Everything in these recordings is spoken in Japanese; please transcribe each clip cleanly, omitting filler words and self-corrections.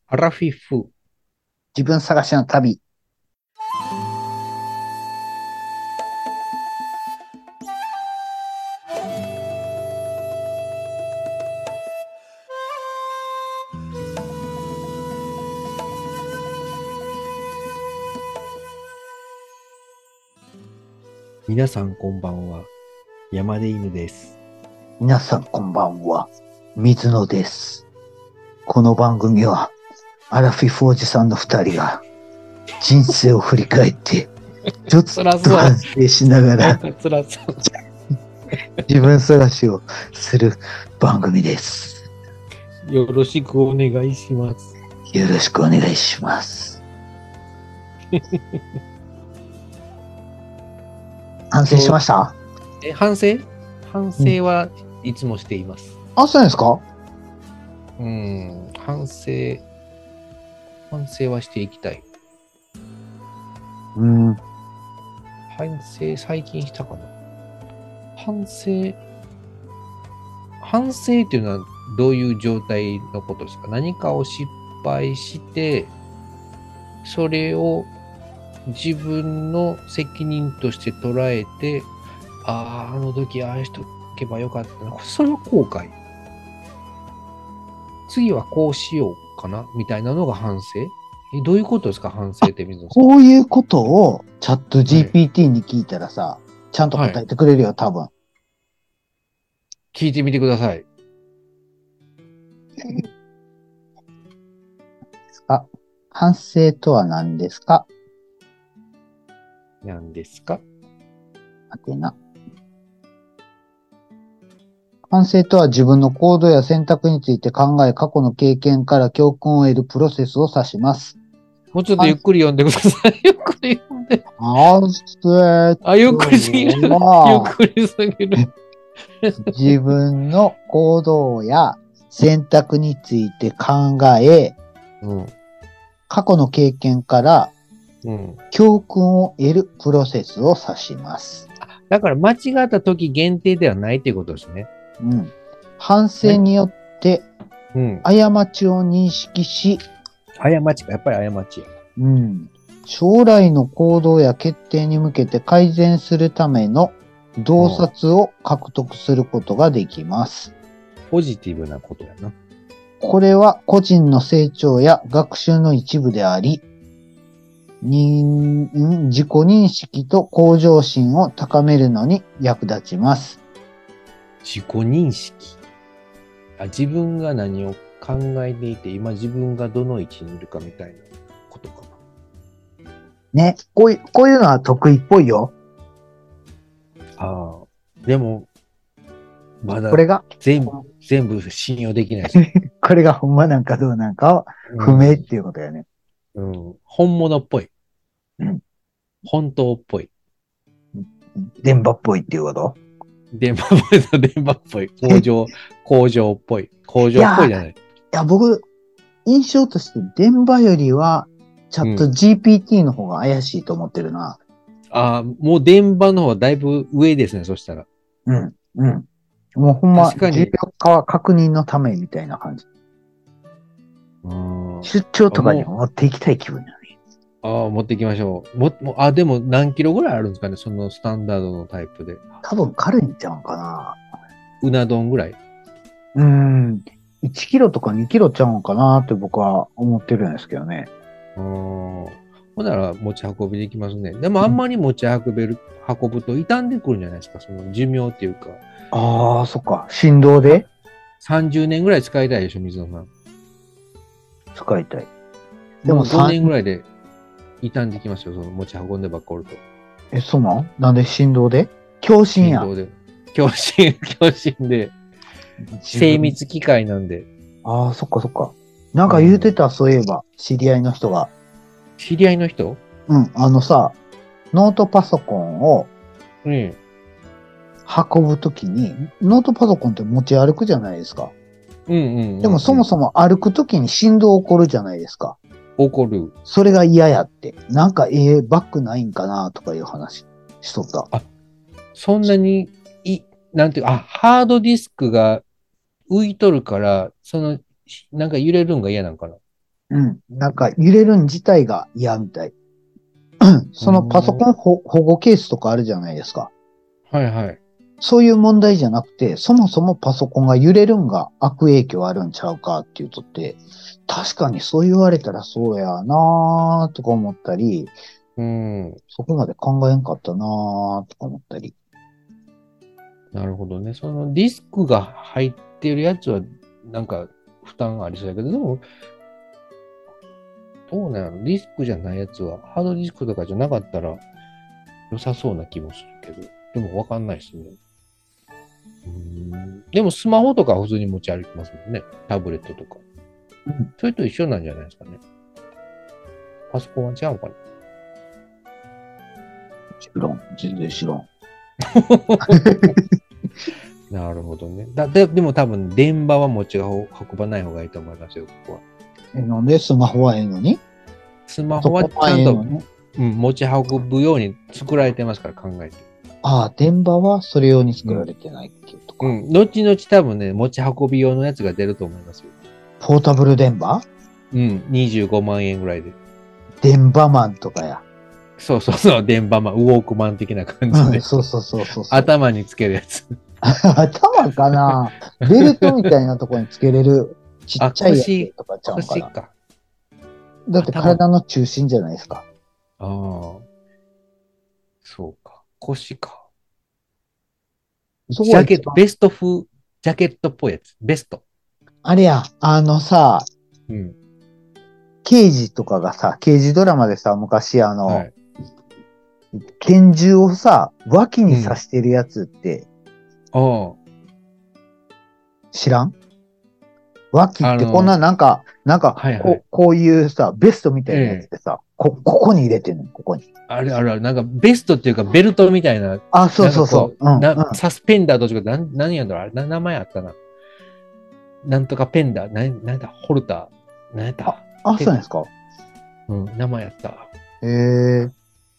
アラフィフ。 自分探しの旅。 皆さんこんばんは。山で犬です。 皆さんこんばんは。水野です。この番組は、アラフィフおじさんの二人が、人生を振り返って、ちょっと反省しながら、自分探しをする番組です。 よろしくお願いします。 よろしくお願いします。反省しました？ 反省反省はいつもしています。 そうですか？ 反省はしていきたい。反省最近したかな。反省っていうのはどういう状態のことですか？何かを失敗して、それを自分の責任として捉えて、あの時ああしとけばよかったな。それは後悔。次はこうしようかなみたいなのが反省。どういうことですか反省って水野さん。 こういうことをチャットはい。 GPT に聞いたらさ、ちゃんとはい。 答えてくれるよ、多分。 聞いてみてください。 あ、反省とは何ですか？ 何ですか？ はてな。反省とは自分の行動や選択について考え、過去の経験から教訓を得るプロセスを指します。 もうちょっとゆ反っくり読んでください。ゆっくり読んで。 省ゆっくりすぎる。 とゆっは、 くりすぎる。 自分の行動や選択について考え、 うん。 過去の経験からうん。 教訓を得るプロセスを指します。 だから間違った時限定ではないということですね。 反省によってうん。 過ちを認識し、 過ちか。やっぱり過ちや。 将来の行動や決定に向けて改善するための洞察を獲得することができます。 ポジティブなことやな。 これは個人の成長や学習の一部であり、自己認識と向上心を高めるのに役立ちます。 自己認識。自分が何を考えていて、今自分がどの位置にいるかみたいなことかな。 ね、こういうのは得意っぽいよ。 でも、まだこれが、 全部信用できないです。 これがほんまなんかどうなんかは不明っていうことやね。 本物っぽい。 うん。 本当っぽい。 電波っぽいっていうこと？ 電波っぽい電波っぽい。工場っぽい。工場っぽいじゃない。 いや、僕、印象として電波よりは、チャット GPT の方が怪しいと思ってるな。 もう電波の方はだいぶ上ですね、そしたら。 うん、うん。もうほんま、 確かに。 重要化は確認のためみたいな感じ。出張とかに持っていきたい気分だね。 持っていきましょう。でも何キロぐらいあるんですかね、そのスタンダードのタイプで。 多分軽いんちゃうんかな。 うな丼ぐらい。 1キロとか2キロちゃうんかなって僕は思ってるんですけどね。 ほんなら持ち運びできますね。でもあんまり持ち運ぶと傷んでくるんじゃないですか、その寿命っていうか。 そっか。振動で 30年ぐらい使いたいでしょ、水野さん。 使いたい。 でも5年ぐらいで傷んできますよ、その持ち運んでばっかおると。 そうなんで振動で共振や。 振動で。共振で。精密機械なんで。 そっかそっか。なんか言うてた、そういえば、知り合いの人が。 知り合いの人？ さ、ノートパソコンをうん。 運ぶときに、ノートパソコンって持ち歩くじゃないですか。でもそもそも歩くときに振動起こるじゃないですか。 起こる。 それが嫌やって。なんかバックないんかなとかいう話しとった。 そんなに、なんていう、ハードディスクが浮いとるから、なんか揺れるんが嫌なんかな。 うん。なんか揺れるん自体が嫌みたい。そのパソコン保護ケースとかあるじゃないですか。 はいはい。 そういう問題じゃなくて、そもそもパソコンが揺れるんが悪影響あるんちゃうかっていうとって、確かにそう言われたらそうやなーとか思ったり、 うん。 そこまで考えんかったなーとか思ったり。 なるほどね。そのディスクが入ってるやつは、なんか負担ありそうだけど、でも、どうなのディスクじゃないやつは、ハードディスクとかじゃなかったら良さそうな気もするけど、でもわかんないですね。でもスマホとかは普通に持ち歩きますもんね。タブレットとか。 うん。 それと一緒なんじゃないですかね。パソコンは違うのか知らん。全然知らん。 な。なるほどね。でも多分、電場は持ち運ばない方がいいと思いますよ、ここは。 なんでスマホはええのにスマホはパソコンはちゃんと、 ええのに持ち運ぶように作られてますから考えて。 ああ、電波はそれ用に作られてないっていうとか。 後々多分ね、持ち運び用のやつが出ると思いますよ。 ポータブル電波 25万円ぐらいで。 電波マンとかや。 そうそうそう、電波マン、ウォークマン的な感じうん、 で。 そうそうそうそうそう。 頭につけるやつ。 頭かなベルトみたいなところにつけれるちっあ、 ちゃいやつとかちゃうんかな。 腰か。 だって頭、あ体の中心じゃないですか。 あ、そうか。腰か。 そこジャケット、 が一番、 ベスト風、ジャケットっぽいやつ。ベスト。 あれや、さ、 うん。 刑事とかがさ、刑事ドラマでさ、昔はい。 拳銃をさ、脇に刺うん。 してるやつってあ知らん脇っあ、 てこんなはいはい。 こういうさ、ベストみたいなやつええ。 でさ、ここに入れてんの、ここに。 あるあるある。なんかベストっていうかベルトみたいな、 あ、そうなんそうそう。 かこう、 うん、うん。 サスペンダーとか、何やんだろうあれ、名前あったな。なんとかペンダー、なんだ、ホルター、なんやっあ、 た。 そうなんですか名前やった。ちへえ。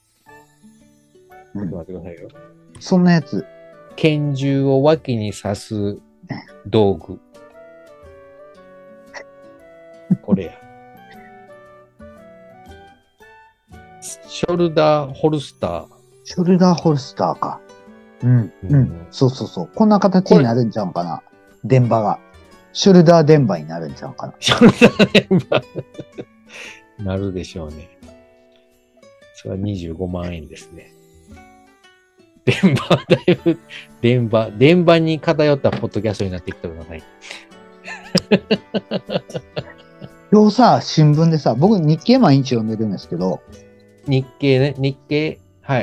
うん。 ょっと待ってくださいよ。 そんなやつ。 拳銃を脇に刺す道具。これや。ショルダーホルスター。 ショルダーホルスターか。うん、うん。 うん、 そうそうそう。こんな形これ、 になるんちゃうんかな。電波が。ショルダー電波になるんちゃうかな。 ショルダーメンバーなるでしょうね。それは25万円ですね。電波、だいぶ、電波に偏ったポッドキャストになってきてください。 今日さ、新聞でさ、僕日経毎日読んでるんですけど、 日経ね、日経、はい。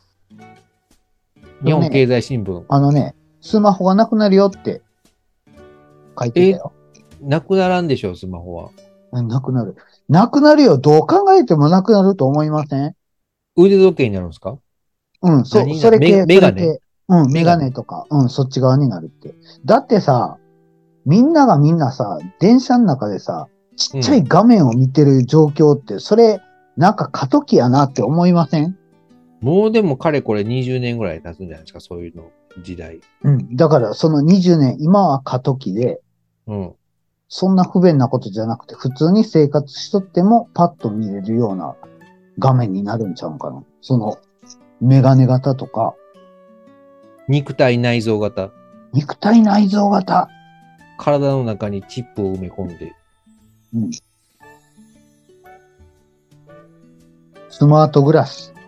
日今日ね、 本経済新聞。 スマホがなくなるよって書いてたえ、 よ。 なくならんでしょう、スマホは。 なくなる。なくなるよ。どう考えてもなくなると思いません腕時計になるんですか？ うん、 何な、 それ系、そメガネ？ れ系。うん、メガメガネ？ ネとか、うん、そっち側になるって。だってさ、みんながみんなさ、電車の中でさ、ちっちゃいうん。 画面を見てる状況って、それ、なんか過渡期やなって思いませんもうでもかれこれ20年ぐらい経つんじゃないですか、そういうの、時代。 うん。だからその20年、今は過渡期で、 うん。 そんな不便なことじゃなくて、普通に生活しとってもパッと見れるような画面になるんちゃうかな。その、メガネ型とか、 肉体内臓型。 肉体内臓型。 体の中にチップを埋め込んで。 うん。スマートグラス。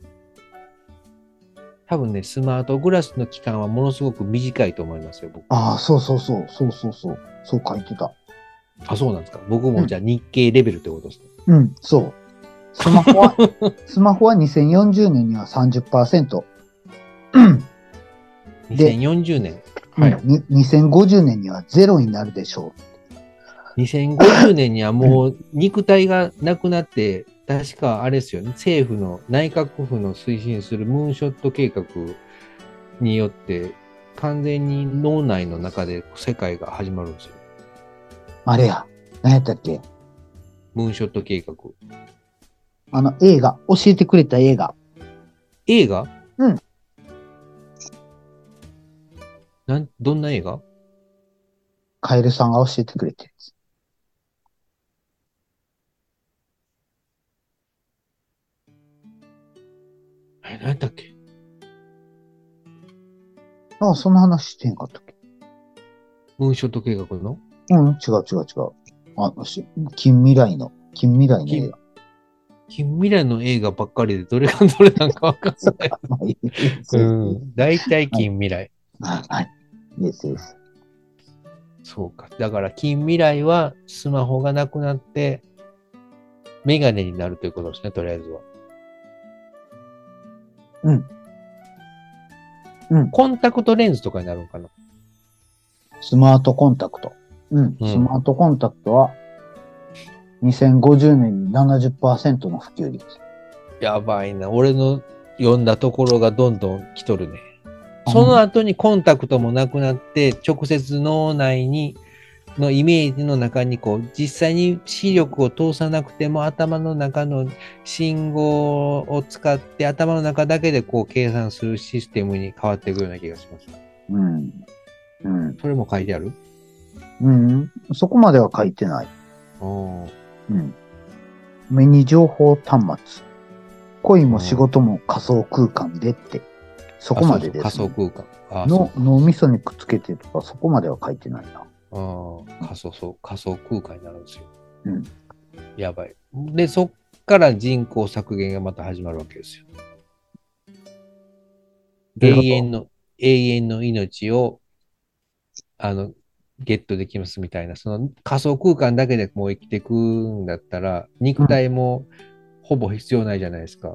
多分ね、スマートグラスの期間はものすごく短いと思いますよ、僕。 ああ、そうそうそう、そうそうそう。そう書いてた。 あ、そうなんですか。僕うん。 もじゃあ日経レベルってことですね。 うん、そう。スマホは、スマホは2040年には30%。で、 2040年。 うん、 はい。 2050年にはゼロになるでしょ 2050年にはう。うん。 もう肉体がなくなって、確かあれですよね、政府の内閣府の推進するムーンショット計画によって、完全に脳内の中で世界が始まるんですよ。 あれや。何やったっけムーンショット計画。 映画。教えてくれた映画。 映画？ うん。 どんな映画？ カエルさんが教えてくれてる。 何だっけ？ あ、その話してんかったっけ？ ムーンショット計画のうん、違う違う違う。近未来の映近画。 近未来の映画ばっかりでどれがどれなんかわかんない。 そっか。まあ、いいです。 うん。大体はい。 近未来。 はい。はい。いいです。いいです。 そうか。だから近未来はスマホがなくなってメガネになるということですね、とりあえずは。 うん。うん。 コンタクトレンズとかになるのかな。 スマートコンタクト。うん。 うん。 スマートコンタクトは2050年に70%の普及率。 やばいな。俺の読んだところがどんどん来とるね。 あ、ほんその後にコンタクトもなくなって、直接脳内にのイメージの中にこう実際に視力を通さなくても頭の中の信号を使って頭の中だけでこう計算するシステムに変わっていくような気がします。 うん。うん。 それも書いてある？ うん。そこまでは書いてない。 おーうん。目に情報端末。恋も仕うん。 事も仮想空間でって、そあ、 こまそうそう、仮でですね。 想空間。あ、そうか。 脳みそにくっつけてとか、そこまでは書いてないな。 仮想空間になるんですよ。 うん。 やばい。で、そっから人口削減がまた始まるわけですよ。 どういうこと？ 永遠の命を、あの、ゲットできますみたいな、その仮想空間だけでもう生きていくんだったら、肉うん。 体もほぼ必要ないじゃないですか。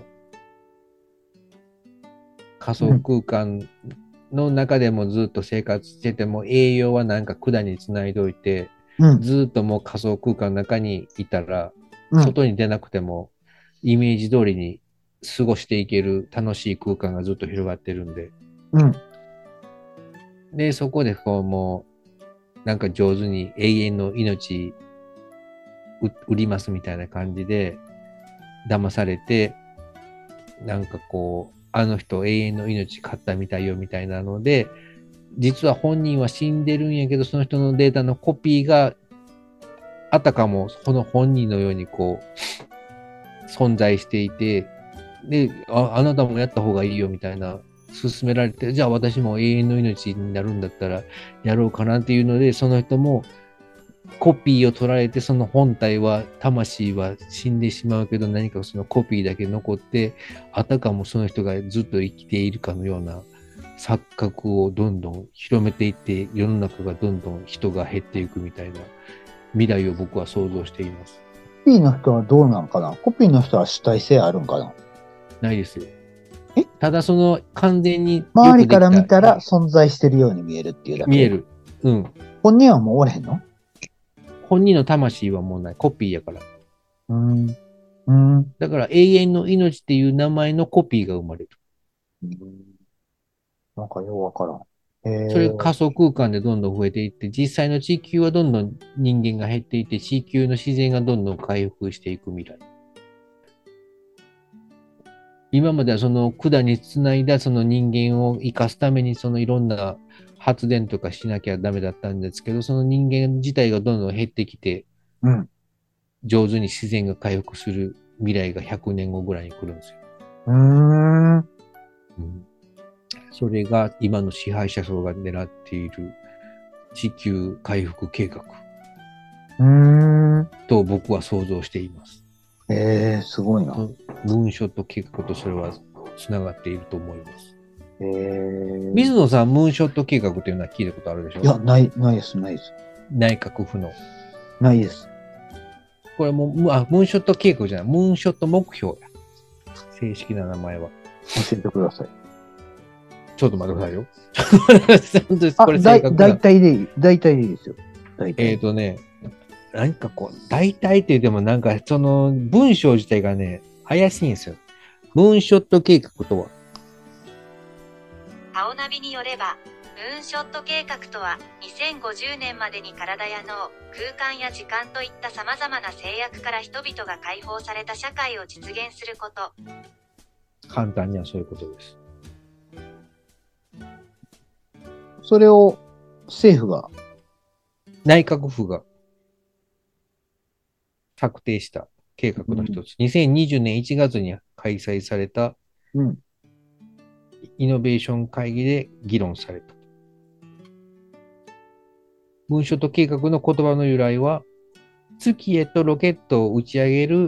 仮想うん。 空間の中でもずっと生活してても、栄養はなんか管につないでおいて、 うん。 ずっともう仮想空間の中にいたら、 うん。 外に出なくても、イメージ通りに過ごしていける楽しい空間がずっと広がってるんで、 うん。 で、そこでこうもう、なんか上手に永遠の命売りますみたいな感じで、騙されて、なんかこう、あの人永遠の命買ったみたいよみたいなので、実は本人は死んでるんやけど、その人のデータのコピーがあたかもこの本人のようにこう存在していて、で、あなたもやった方がいいよみたいな勧められて、じゃあ私も永遠の命になるんだったらやろうかなっていうので、その人もコピーを取られて、その本体は、魂は死んでしまうけど、何かそのコピーだけ残って、あたかもその人がずっと生きているかのような錯覚をどんどん広めていって、世の中がどんどん人が減っていくみたいな未来を僕は想像しています。 コピーの人はどうなんかな？コピーの人は主体性あるんかな？ ないですよ。 え、 ただその完全によ周りからくできた、 見たら存在してるように見えるっていうだけ？ 見える。うん。 本人はもうおれへんの？ 本人の魂はもうない。コピーやから。 うん。うん。 だから永遠の命っていう名前のコピーが生まれる。 なんかようわからん。へそれが仮え。 想空間でどんどん増えていって、実際の地球はどんどん人間が減っていって、地球の自然がどんどん回復していく未来。今まではその管につないだその人間を生かすためにそのいろんな発電とかしなきゃダメだったんですけど、その人間自体がどんどん減ってきて、 うん。 上手に自然が回復する未来が100年後ぐらいに来るんですよ。 うーん。ううん、それが今の支配者層が狙っている地球回復計画ーん。 と僕は想像しています。 ええ、すごいな。 ムーンショット計画とそれはつながっていると思います。 ええ。 水野さん、ムーンショット計画というのは聞いたことあるでしょ？ いや、ないです、ないです。 内閣府の。 ないです。 これもムーンショット計画じゃない、ムーンショット目標や。正式な名前は。 教えてください。 ちょっと待ってくださいよ。本当にこれ正確な。 大体でいい。大体でいいですよ。大体。 ね、なんかこう、大体って言ってもなんかその文章自体がね、怪しいんですよ。ムーンショット計画とは、 カオナビによれば、ムーンショット計画とは、2050年までに体や脳、空間や時間といった様々な制約から人々が解放された社会を実現すること。 簡単にはそういうことです。 それを政府が、 内閣府が策定した計画の一つ。2020年1月に開催されたうん。 イノベーション会議で議論された。ムーンショット計画の言葉の由来は、月へとロケットを打ち上げる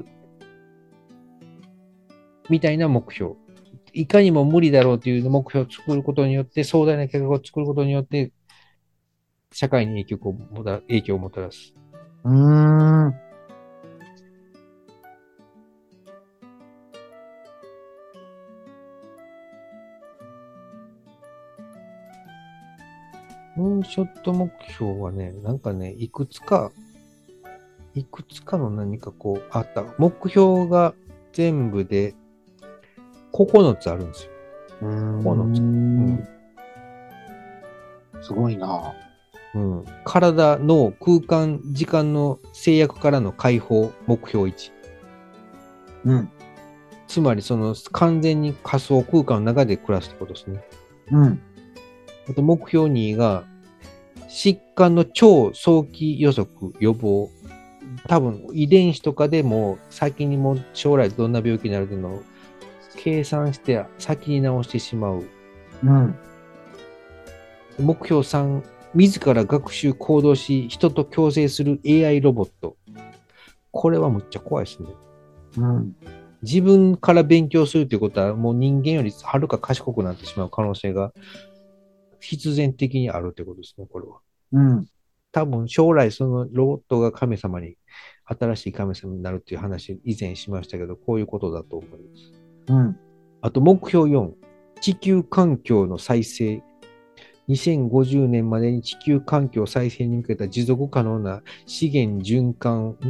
みたいな目標。いかにも無理だろうという目標を作ることによって、壮大な計画を作ることによって、社会に影響をもたらす。 うーん。 ムーンショット目標はね、なんかね、いくつかの何かこうあった。目標が全部で9つあるんですよ。9つ。うん。 すごいな。 うん。体、脳、空間、時間の制約からの解放、目標1。 うん。 つまり、その完全に仮想空間の中で暮らすってことですね。 うん。 あと、目標2が、疾患の超早期予測、予防。多分、遺伝子とかでも、先にも将来どんな病気になるのを計算して先に治してしまう。 うん。 目標3、自ら学習行動し、人と共生する AI ロボット。これはむっちゃ怖いですね。 うん。 自分から勉強するということは、もう人間よりはるか賢くなってしまう可能性が必然的にあるということですね、これは。 うん。 多分将来そのロボットが神様に、新しい神様になるという話以前しましたけど、こういうことだと思います。 うん。 あと目標4、地球環境の再生。2050年までに地球環境再生に向けた持続可能な資源循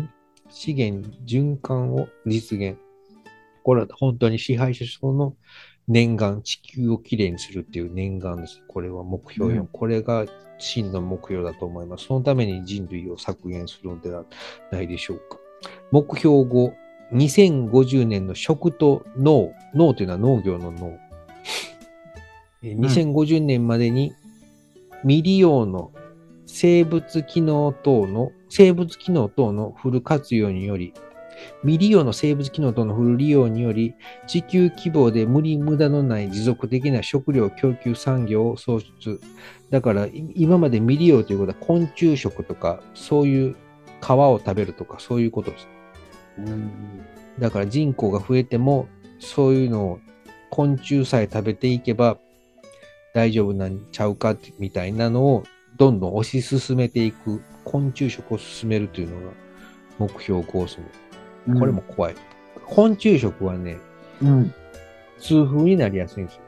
環を実現。これは本当に支配者層の念願、地球をきれいにするっていう念願です。これは目標4。これが真の目標だと思います。そのために人類を削減するのではないでしょうか。目標5、2050年の食と農。農というのは農業の農。2050年までに未利用の生物機能等のフル活用により、未利用の生物機能等のフル利用により、地球規模で無駄のない持続的な食料供給産業を創出。だから、今まで未利用ということは昆虫食とか、そういう皮を食べるとか、そういうことです。だから人口が増えても、そういうのを昆虫さえ食べていけば大丈夫なんちゃうかみたいなのをどんどん推し進めていく、昆虫食を進めるというのが目標5ですね。これも怖い。昆虫食はね、痛風になりやすいんですよ。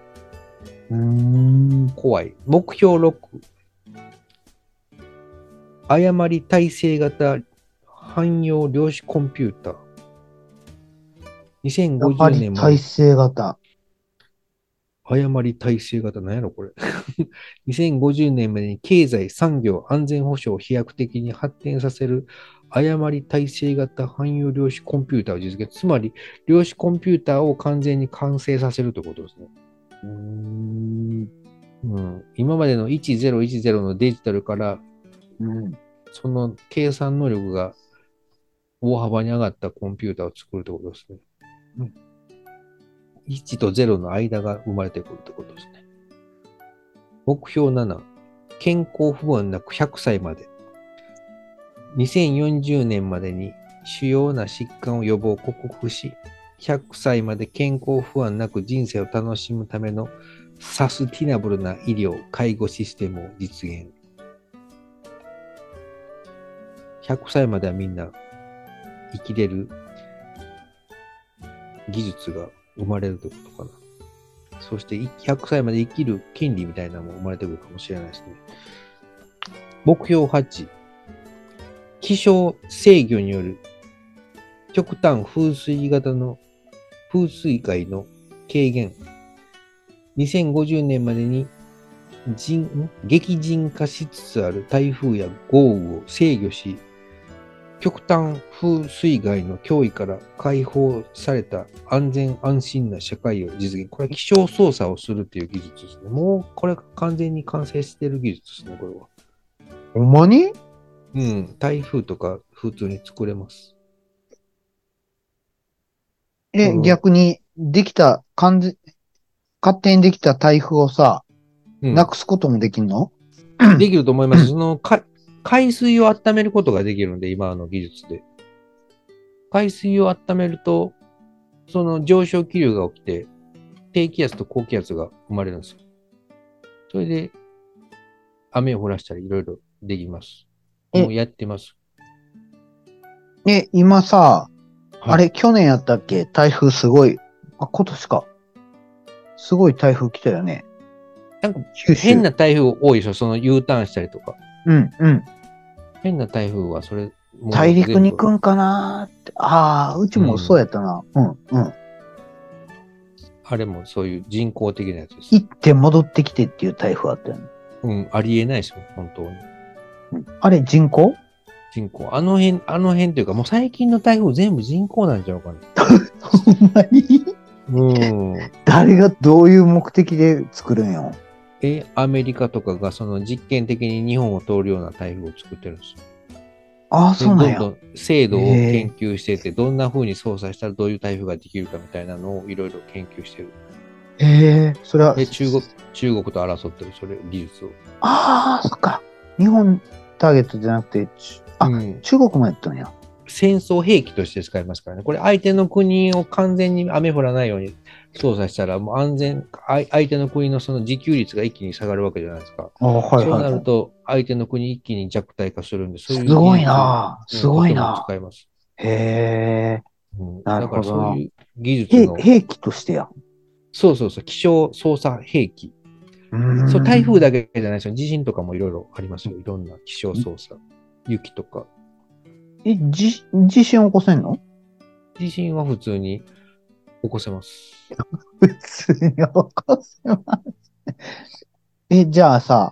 怖い。目標6、誤り耐性型汎用量子コンピューター。2050年まで。 耐性型。 誤り耐性型、何やろこれ。2050年までに経済、産業、安全保障を飛躍的に発展させる誤り耐性型汎用量子コンピューターを実現。つまり、量子コンピューターを完全に完成させるということですね。今までの1010のデジタルから、その計算能力が大幅に上がったコンピューターを作るということですね。1と0の間が生まれてくるということですね。目標7、健康不安なく100歳まで。2040年までに主要な疾患を予防克服し、100歳まで健康不安なく人生を楽しむためのサスティナブルな医療・介護システムを実現。100歳まではみんな生きれる技術が生まれるということかな。そして100歳まで生きる権利みたいなのも生まれてくるかもしれないですね。目標8、気象制御による極端風水害の軽減。2050年までに激甚化しつつある台風や豪雨を制御し、極端風水害の脅威から解放された安全安心な社会を実現。これは気象操作をするという技術ですね。もうこれ完全に完成している技術ですね、これは。 ほんまに？ 台風とか普通に作れます。 逆にできた勝手にできた台風をさ、 うん。 なくすこともできんの？ できると思います。海水を温めることができるんで、今の技術で。海水を温めると、その上昇気流が起きて、低気圧と高気圧が生まれるんですよ。それで、雨を降らしたりいろいろできます。もうやってます。 今さ、 はいあれ、去年やったっけ？台風すごい。今年か。すごい台風来たよね。 なんか九州。 変な台風多いでしょ、その U ターンしたりとか。 うん、うん。 変な台風はそれ、もう大陸に行全部くんかなーって。ああ、うちもそうやったな。うん、うん。 あれもそういう人工的なやつです。 行って戻ってきてっていう台風あったよね。 うん、ありえないですよ、本当に。 あれ、人工？ 人工。あの辺というか、もう最近の台風全部人工なんちゃうかね。 ほんまに？ うん。 誰がどういう目的で作るんよ。 アメリカとかがその実験的に日本を通るような台風を作ってるんですよ。 ああ、 で、 そうなんや。 どんどん精度を研究してて、どんな風に操作したらどういう台風ができるかみたいなのをいろいろ研究してる。 それは。 で、中国と争ってる、それ、技術を。 ああ、そっか。日本ターゲットじゃなくて、中国もやったんや。 戦争兵器として使いますからね。これ相手の国を完全に雨降らないように操作したら、もう相手の国のその自給率が一気に下がるわけじゃないですか。そうなると、相手の国一気に弱体化するんで、そういうすごいなすごいな使います。 へえ。なるほどな。 だからそういう技術の。 兵器としてや。 そう、気象操作兵器。そう、台風だけじゃないですよ。地震とかもいろいろありますよ。いろんな気象操作。雪とか。 地震起こせんの？ 地震は普通に起こせます。 普通に起こせます。じゃあさ、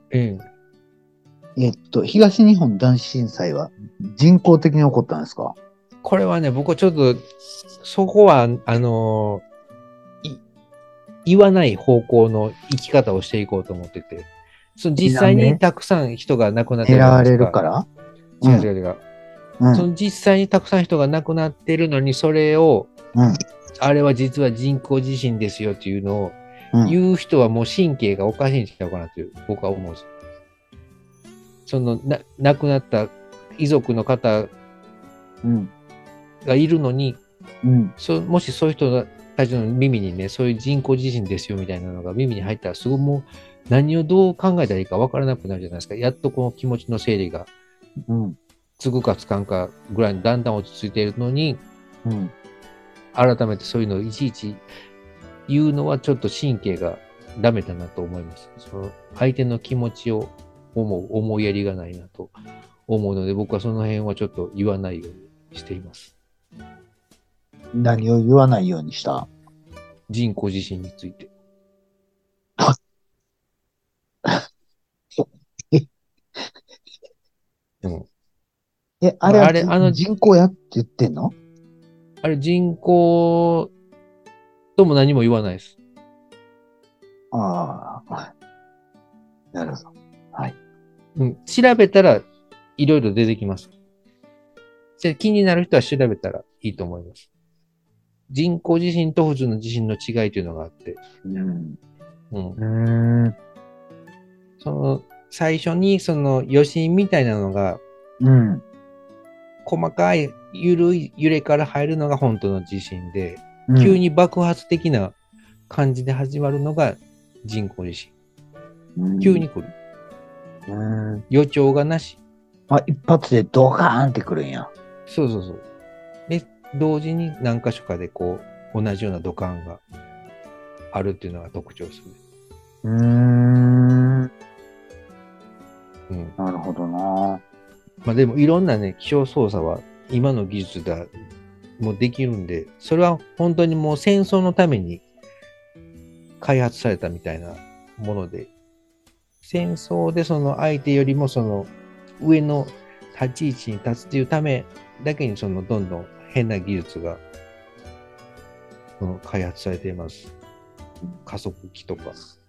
東日本大震災は人工的に起こったんですか？ これはね、僕はちょっと、そこは、言わない方向の生き方をしていこうと思ってて、その実際にたくさん人が亡くなってるじゃないですか。 狙われるから？ 違う。その実際にたくさん人が亡くなってるのに、それを、あれは実は人工地震ですよっていうのを言う人はもう神経がおかしいんちゃうかなという、僕は思うんです。その亡くなった遺族の方がいるのに、もしそういう人たちの耳にね、そういう人工地震ですよみたいなのが耳に入ったら、すごいもう何をどう考えたらいいか分からなくなるじゃないですか。やっとこの気持ちの整理が、つくかつかんかぐらいにだんだん落ち着いているのに、改めてそういうのをいちいち言うのはちょっと神経がダメだなと思います。その相手の気持ちを思いやりがないなと思うので、僕はその辺はちょっと言わないようにしています。 何を言わないようにした？ 人工地震について。 あれ人工やって言ってんの？ あれ人工とも何も言わないです。 ああ、なるほど。はい。 調べたらいろいろ出てきます。気になる人は調べたらいいと思います。人工地震と普通の地震の違いというのがあって。その最初にその余震みたいなのが、細かい緩い揺れから入るのが本当の地震で、急に爆発的な感じで始まるのが人工地震。急に来る。予兆がなし。 一発でドカーンってくるんや。 そう。で、同時に何箇所かでこう、同じような土管があるっていうのが特徴ですね。 なるほどな。 まあでもいろんなね、気象操作は今の技術でもできるんで、それは本当にもう戦争のために開発されたみたいなもので、戦争でその相手よりもその上の立ち位置に立つっていうためだけにそのどんどん変な技術が開発されています。加速器とか。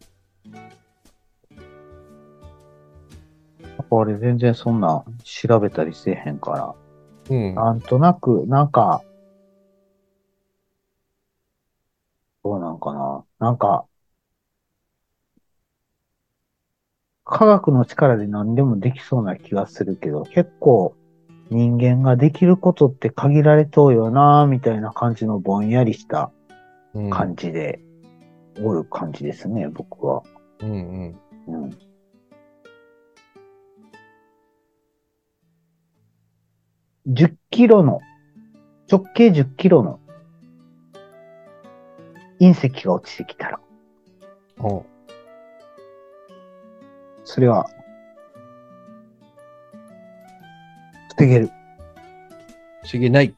俺全然そんな調べたりせえへんから。なんとなく、どそうなんかな。なんか、科学の力で何でもできそうな気がするけど、結構人間ができることって限られとうよな、みたいな感じのぼんやりしたうん感じでおる感じですね、僕は。 うんうんうん。10キロの、直径10キロの隕石が落ちてきたら、 おそれは防げる。 不思議ない。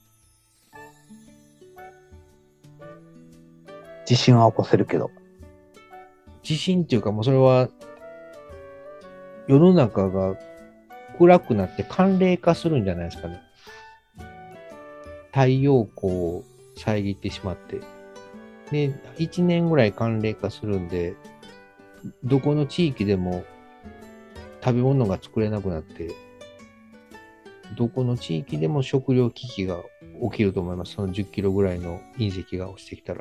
地震は起こせるけど。 地震っていうかもうそれは世の中が暗くなって寒冷化するんじゃないですかね。太陽光を遮ってしまって。で、1年ぐらい寒冷化するんで、どこの地域でも食べ物が作れなくなって、どこの地域でも食糧危機が起きると思います。その10キロぐらいの隕石が落ちてきたら。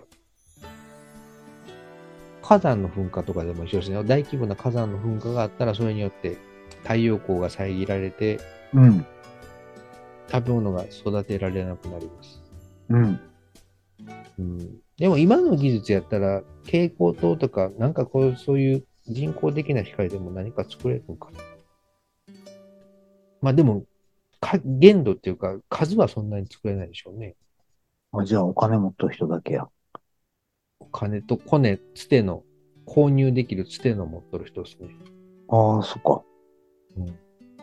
火山の噴火とかでも一緒ですね。大規模な火山の噴火があったら、それによって太陽光が遮られて、 うん。 食べ物が育てられなくなります。 うん。 うん、でも今の技術やったら、蛍光灯とか、なんかこう、そういう人工的な光でも何か作れるのかな。まあでも、限度っていうか、数はそんなに作れないでしょうね。 じゃあお金持った人だけや。 お金とコネ、つての、購入できるつての持っとる人ですね。 ああ、そっか。 うん、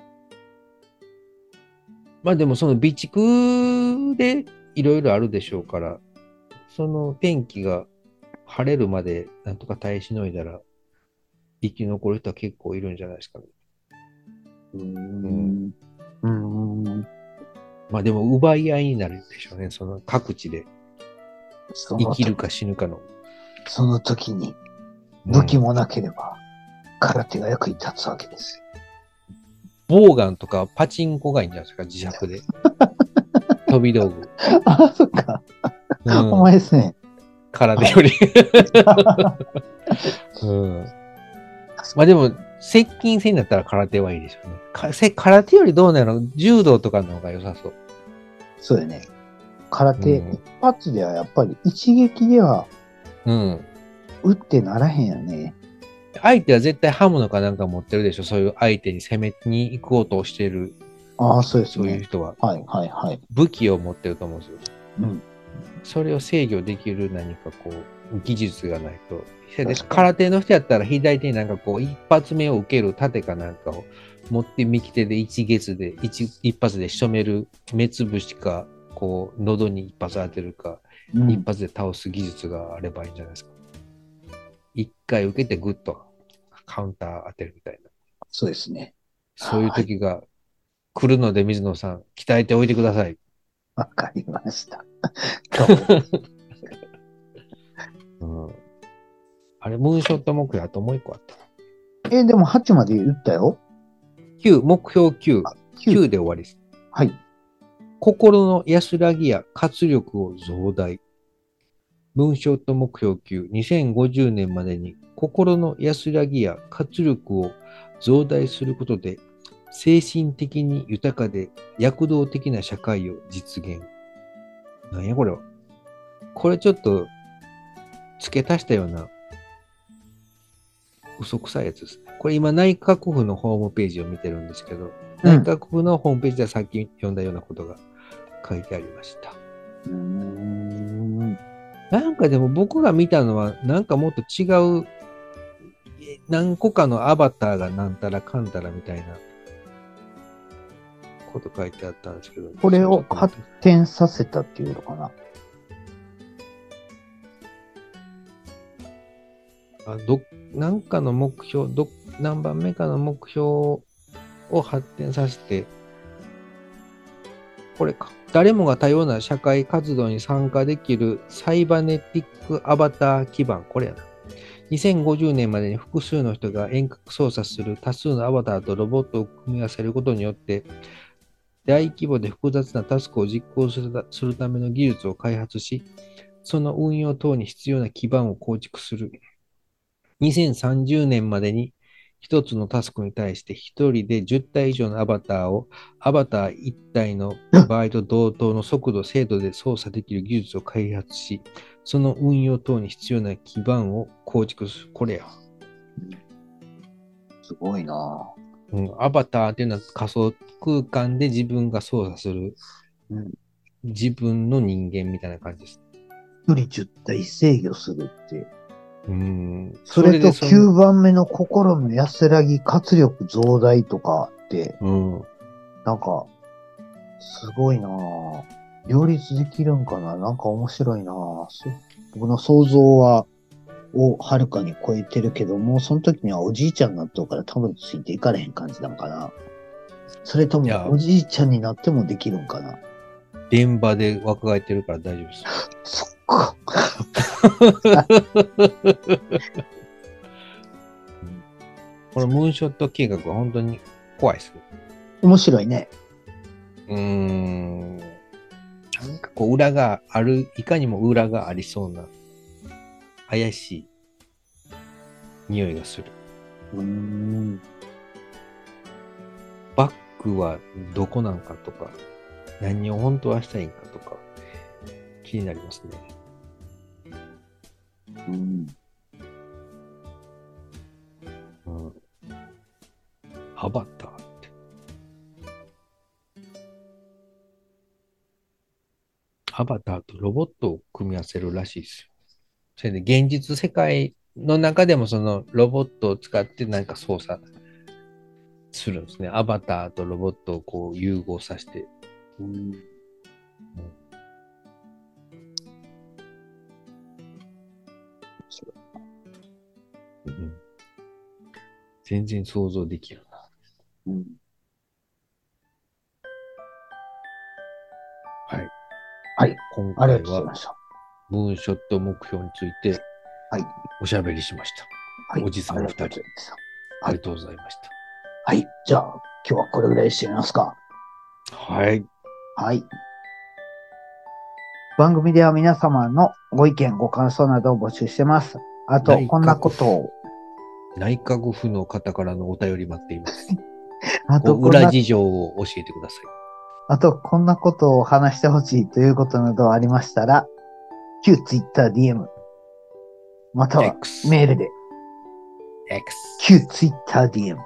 まあでもその備蓄でいろいろあるでしょうから、その天気が晴れるまでなんとか耐えしのいだら生き残る人は結構いるんじゃないですかね。 うーうん。 ん。うーん。 まあでも奪い合いになるでしょうね。その各地で生きるか死ぬかの。 その時にうん武器もなければ空手が役に立つわけですよ。 ボウガンとかパチンコがいいんじゃないですか、自作で。飛び道具。 ああ、そっか。お前ですね。 空手より。うん。まあでも、接近戦だったら空手はいいでしょうね。空手よりどうなの？柔道とかの方が良さそう。 そうよね。空手、 うん一発ではやっぱり一撃ではうん。 打ってならへんよね。 相手は絶対刃物かなんか持ってるでしょ。そういう相手に攻めに行こうとしてる、 ああ、そうですそういうね。 人は。 はい、はい、はい。 武器を持ってると思うんですよ。 うん。 それを制御できる何かこう、技術がないと。で確かに空手の人やったら左手になんかこう、一発目を受ける盾かなんかを持って右手で一発で仕留める目つぶしか、こう、喉に一発当てるか、 うん。 一発で倒す技術があればいいんじゃないですか。一回受けてグッとカウンター当てるみたいな。 そうですね。 そういうはい。 時が来るので、水野さん、鍛えておいてください。 わかりました。今日うん、あれ、ムーンショット目標あともう一個あった。 でも8まで言ったよ。 9、目標9。 9。 9で終わりです。 はい。 心の安らぎや活力を増大。文章と目標9、2050年までに心の安らぎや活力を増大することで、精神的に豊かで躍動的な社会を実現。なんやこれは。これちょっと付け足したような嘘くさいやつですね。これ今内閣府のホームページを見てるんですけど、内閣府のホームページではさっき読んだようなことが書いてありました。なんかでも僕が見たのは、なんかもっと違う、何個かのアバターがなんたらかんたらみたいなこと書いてあったんですけど。 これを発展させたっていうのかな。 なんかの目標、何番目かの目標を発展させて、これか。誰もが多様な社会活動に参加できるサイバネティックアバター基盤。これやな。2050年までに複数の人が遠隔操作する多数のアバターとロボットを組み合わせることによって、大規模で複雑なタスクを実行するための技術を開発し、 その運用等に必要な基盤を構築する。2030年までに一つのタスクに対して一人で10体以上のアバターをアバター1体の場合と同等の速度、精度で操作できる技術を開発し、その運用等に必要な基盤を構築する。これや。 すごいなアバターっていうのは仮想空間で自分が操作する自分の人間みたいな感じです。 一人10体制御するって。 それと9番目の心の安らぎ、活力増大とかって、なんか、すごいなぁ。両立できるんかな、なんか面白いなぁ。僕の想像をはるかに超えてるけども、その時にはおじいちゃんになっとうから多分ついていかれへん感じなんかな。それともおじいちゃんになってもできるんかな。 現場で若返ってるから大丈夫です。 そっか。 このムーンショット計画は本当に怖いです。 面白いね。 なんかこう裏がある、いかにも裏がありそうな怪しい匂いがする。バックはどこなんかとか、何を本当はしたいんかとか、気になりますね。アバターって。アバターとロボットを組み合わせるらしいですよ。それで現実世界の中でもそのロボットを使って何か操作するんですね。アバターとロボットをこう融合させて。全然想像できるな。はい。 はい。 今回はムーンショット目標についておしゃべりしました。はい、おじさん2人。ありがとうございました。 はい。じゃあ、今日はこれぐらいにしてみますか。 はい。 はい。番組では皆様のご意見、ご感想などを募集してます。あと、こんなことを。 内閣府の方からのお便り待っています。あと、裏事情を教えてください。 あと、こんなことを話してほしいということなどありましたら、旧 Twitter DM、またはメールで、旧 Twitter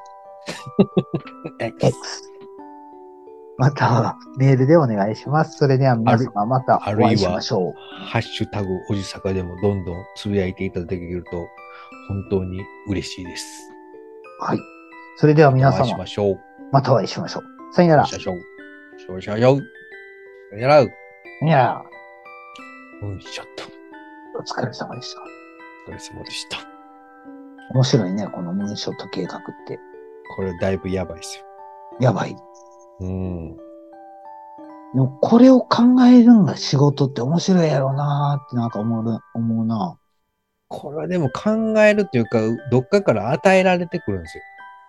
DM、X、またはメールでお願いします。それでは皆様またお会いしましょう。 ハッシュタグおじさかでもどんどんつぶやいていただけると本当に嬉しいです。 はい。それでは皆様、 またお会いしましょう。さよなら。 さよなら。ムーンショット。 お疲れ様でした。 お疲れ様でした。 面白いね、このムーンショット計画って。 これだいぶやばいですよ。 やばい。でもこれを考えるんが仕事って面白いやろうなーってなんか思うな。 これはでも考えるというか、どっかから与えられてくるんですよ。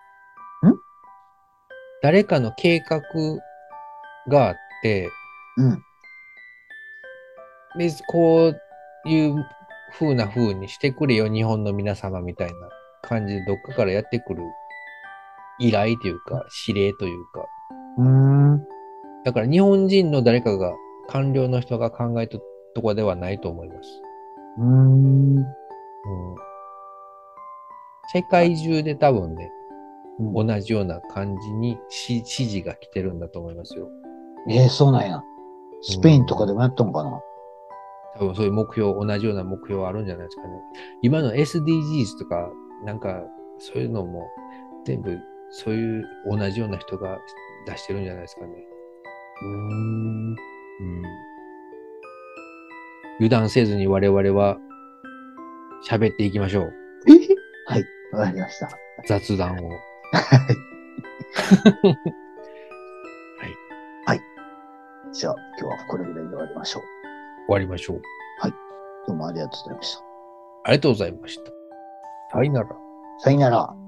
誰かの計画があって、で、こういう風にしてくれよ、日本の皆様みたいな感じでどっかからやってくる依頼というか、指令というか。だから日本人の誰かが、官僚の人が考えたとこではないと思います。世界中で多分ね、同じような感じに指示が来てるんだと思いますよ。 そうなんや。スペインとかでもやったのかな。 多分そういう目標、同じような目標あるんじゃないですかね。今の SDGs とか、なんかそういうのも全部そういう同じような人が出してるんじゃないですかね。油断せずに我々は喋っていきましょう。 はい、わかりました。 雑談を。はい。 はい。じゃあ今日はこれぐらいで終わりましょう。 終わりましょう。 はい。どうもありがとうございました。 ありがとうございました。さよなら。 さよなら。